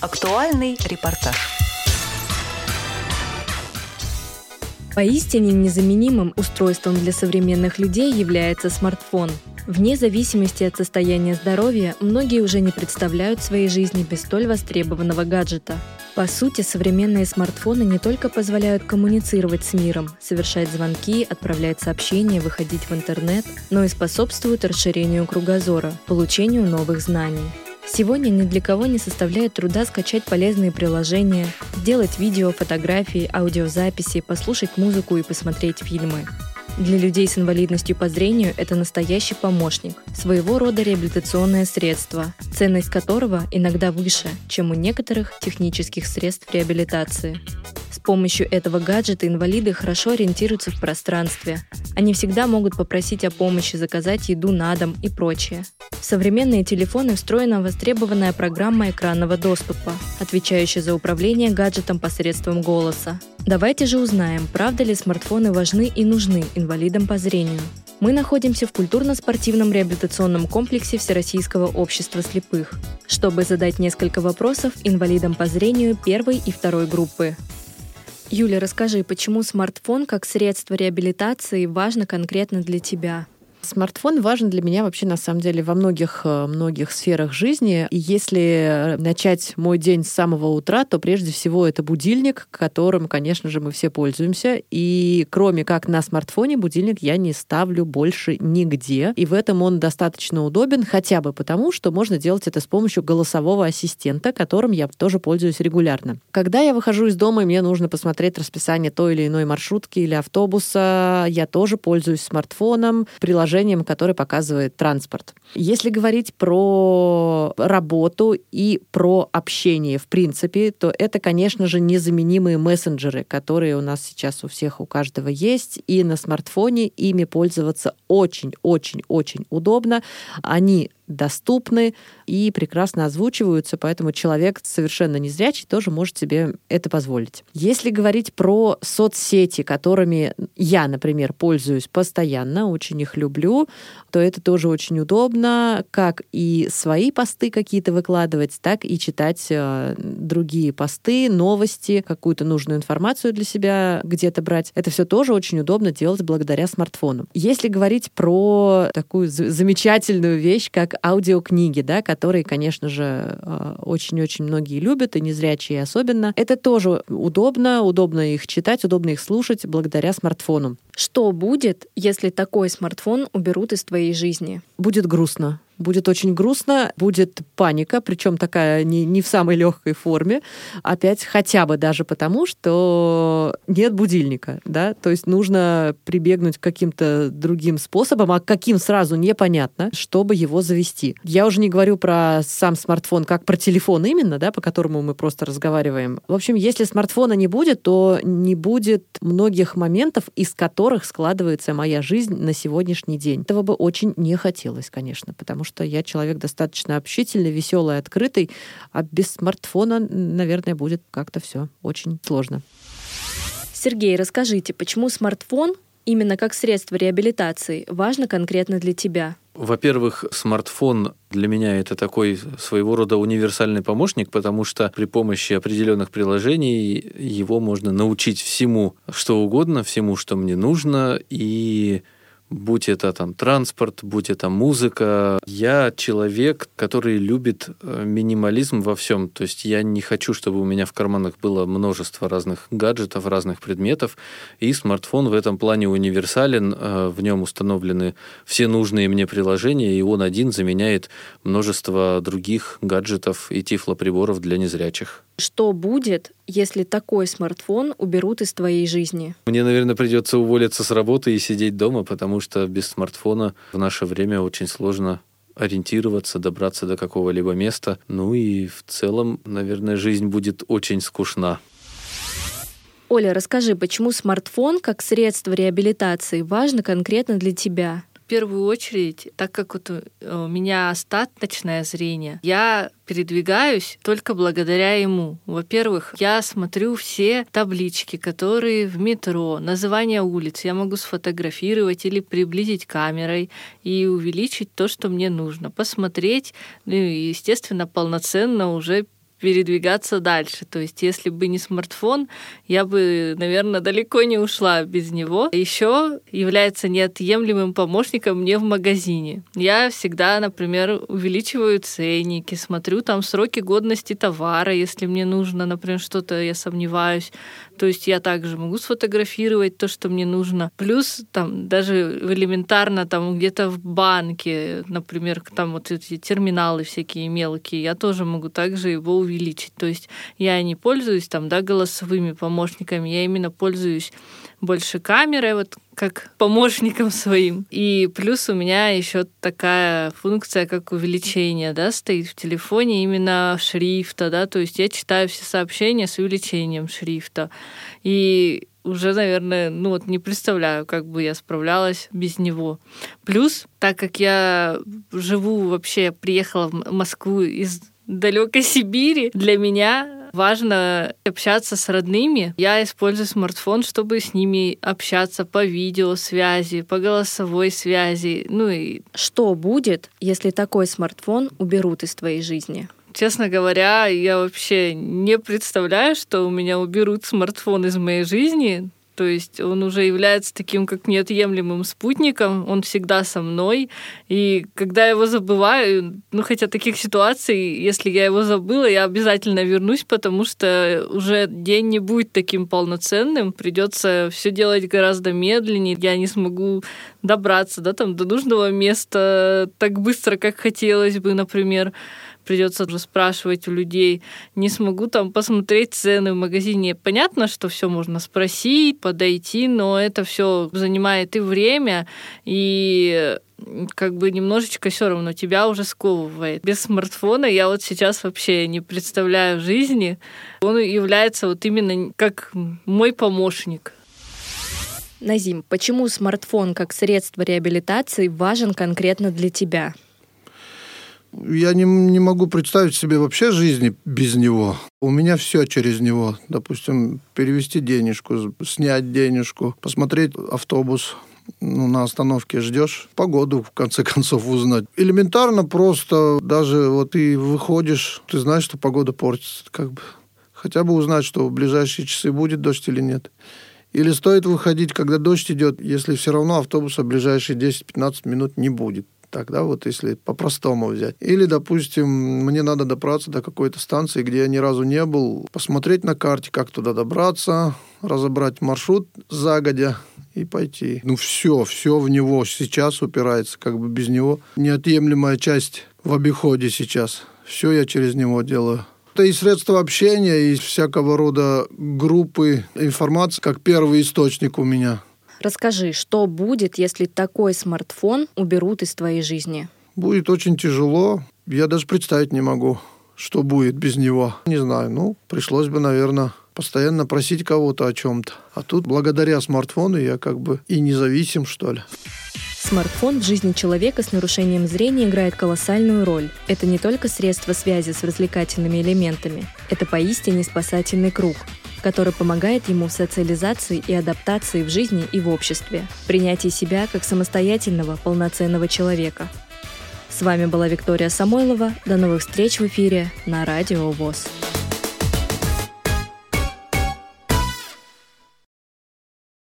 Актуальный репортаж. Поистине незаменимым устройством для современных людей является смартфон. Вне зависимости от состояния здоровья, многие уже не представляют своей жизни без столь востребованного гаджета. По сути, современные смартфоны не только позволяют коммуницировать с миром, совершать звонки, отправлять сообщения, выходить в интернет, но и способствуют расширению кругозора, получению новых знаний. Сегодня ни для кого не составляет труда скачать полезные приложения, сделать видео, фотографии, аудиозаписи, послушать музыку и посмотреть фильмы. Для людей с инвалидностью по зрению это настоящий помощник, своего рода реабилитационное средство, ценность которого иногда выше, чем у некоторых технических средств реабилитации. С помощью этого гаджета инвалиды хорошо ориентируются в пространстве. Они всегда могут попросить о помощи, заказать еду на дом и прочее. В современные телефоны встроена востребованная программа экранного доступа, отвечающая за управление гаджетом посредством голоса. Давайте же узнаем, правда ли смартфоны важны и нужны инвалидам по зрению. Мы находимся в культурно-спортивном реабилитационном комплексе Всероссийского общества слепых, чтобы задать несколько вопросов инвалидам по зрению первой и второй группы. Юля, расскажи, почему смартфон как средство реабилитации важно конкретно для тебя? Смартфон важен для меня вообще, на самом деле, во многих сферах жизни. И если начать мой день с самого утра, то прежде всего это будильник, которым, конечно же, мы все пользуемся. И кроме как на смартфоне, будильник я не ставлю больше нигде. И в этом он достаточно удобен, хотя бы потому, что можно делать это с помощью голосового ассистента, которым я тоже пользуюсь регулярно. Когда я выхожу из дома, и мне нужно посмотреть расписание той или иной маршрутки или автобуса, я тоже пользуюсь смартфоном, приложением, который показывает транспорт. Если говорить про работу и про общение в принципе, то это, конечно же, незаменимые мессенджеры, которые у нас сейчас у всех, у каждого есть, и на смартфоне ими пользоваться очень-очень-очень удобно. Они доступны и прекрасно озвучиваются, поэтому человек совершенно незрячий тоже может себе это позволить. Если говорить про соцсети, которыми я, например, пользуюсь постоянно, очень их люблю, то это тоже очень удобно, как и свои посты какие-то выкладывать, так и читать другие посты, новости, какую-то нужную информацию для себя где-то брать. Это все тоже очень удобно делать благодаря смартфону. Если говорить про такую замечательную вещь, как аудиокниги, да, которые, конечно же, очень-очень многие любят, и незрячие особенно. Это тоже удобно их читать, удобно их слушать благодаря смартфону. Что будет, если такой смартфон уберут из твоей жизни? Будет грустно. Будет очень грустно, будет паника, причем такая не в самой легкой форме. Опять хотя бы даже потому, что нет будильника, да, то есть нужно прибегнуть к каким-то другим способам, а каким сразу непонятно, чтобы его завести. Я уже не говорю про сам смартфон, как про телефон именно, да, по которому мы просто разговариваем. В общем, если смартфона не будет, то не будет многих моментов, из которых складывается моя жизнь на сегодняшний день. Этого бы очень не хотелось, конечно, потому что я человек достаточно общительный, веселый, открытый, а без смартфона, наверное, будет как-то все очень сложно. Сергей, расскажите, почему смартфон именно как средство реабилитации важно конкретно для тебя? Во-первых, смартфон для меня это такой своего рода универсальный помощник, потому что при помощи определенных приложений его можно научить всему, что угодно, всему, что мне нужно, и будь это там транспорт, будь это музыка. Я человек, который любит минимализм во всем. То есть я не хочу, чтобы у меня в карманах было множество разных гаджетов, разных предметов. И смартфон в этом плане универсален. В нем установлены все нужные мне приложения, и он один заменяет множество других гаджетов и тифлоприборов для незрячих. Что будет, если такой смартфон уберут из твоей жизни? Мне, наверное, придется уволиться с работы и сидеть дома, потому что без смартфона в наше время очень сложно ориентироваться, добраться до какого-либо места. Ну и в целом, наверное, жизнь будет очень скучна. Оля, расскажи, почему смартфон как средство реабилитации важно конкретно для тебя? В первую очередь, так как у меня остаточное зрение, я передвигаюсь только благодаря ему. Во-первых, я смотрю все таблички, которые в метро, названия улиц. Я могу сфотографировать или приблизить камерой и увеличить то, что мне нужно. Посмотреть, ну и, естественно, полноценно уже передвигаться дальше. То есть если бы не смартфон, я бы, наверное, далеко не ушла без него. Еще является неотъемлемым помощником мне в магазине. Я всегда, например, увеличиваю ценники, смотрю там сроки годности товара, если мне нужно, например, что-то я сомневаюсь. То есть я также могу сфотографировать то, что мне нужно. Плюс там даже элементарно там где-то в банке, например, там вот эти терминалы всякие мелкие, я тоже могу также его увеличить. То есть я не пользуюсь там, да, голосовыми помощниками, я именно пользуюсь больше камерой, вот как помощником своим. И плюс у меня еще такая функция, как увеличение, да, стоит в телефоне именно шрифта, да, то есть я читаю все сообщения с увеличением шрифта. И уже, наверное, не представляю, как бы я справлялась без него. Плюс, так как я приехала в Москву из далекой Сибири, для меня важно общаться с родными. Я использую смартфон, чтобы с ними общаться по видеосвязи, по голосовой связи. Что будет, если такой смартфон уберут из твоей жизни? Честно говоря, я вообще не представляю, что у меня уберут смартфон из моей жизни. То есть он уже является таким как неотъемлемым спутником, он всегда со мной. И когда я его забываю, хотя таких ситуаций, если я его забыла, я обязательно вернусь, потому что уже день не будет таким полноценным, придется все делать гораздо медленнее, я не смогу добраться до нужного места так быстро, как хотелось бы, например. Придется уже спрашивать у людей, не смогу там посмотреть цены в магазине. Понятно, что все можно спросить, подойти, но это все занимает и время, и как бы немножечко все равно тебя уже сковывает. Без смартфона я вот сейчас вообще не представляю жизни. Он является вот именно как мой помощник. Назим, почему смартфон как средство реабилитации важен конкретно для тебя? Я не могу представить себе вообще жизни без него. У меня все через него. Допустим, перевести денежку, снять денежку, посмотреть автобус. На остановке ждешь, погоду, в конце концов, узнать. Элементарно просто, даже вот ты выходишь, ты знаешь, что погода портится. Хотя бы узнать, что в ближайшие часы будет дождь или нет. Или стоит выходить, когда дождь идет, если все равно автобуса в ближайшие 10-15 минут не будет. Тогда вот если по-простому взять. Или, допустим, мне надо добраться до какой-то станции, где я ни разу не был, посмотреть на карте, как туда добраться, разобрать маршрут загодя и пойти. Все в него сейчас упирается, без него. Неотъемлемая часть в обиходе сейчас. Все я через него делаю. Это и средства общения, и всякого рода группы информации, как первый источник у меня. Расскажи, что будет, если такой смартфон уберут из твоей жизни? Будет очень тяжело. Я даже представить не могу, что будет без него. Не знаю, пришлось бы, наверное, постоянно просить кого-то о чем-то. А тут, благодаря смартфону, я и независим, что ли. Смартфон в жизни человека с нарушением зрения играет колоссальную роль. Это не только средство связи с развлекательными элементами. Это поистине спасательный круг, который помогает ему в социализации и адаптации в жизни и в обществе, в принятии себя как самостоятельного, полноценного человека. С вами была Виктория Самойлова. До новых встреч в эфире на Радио ВОС.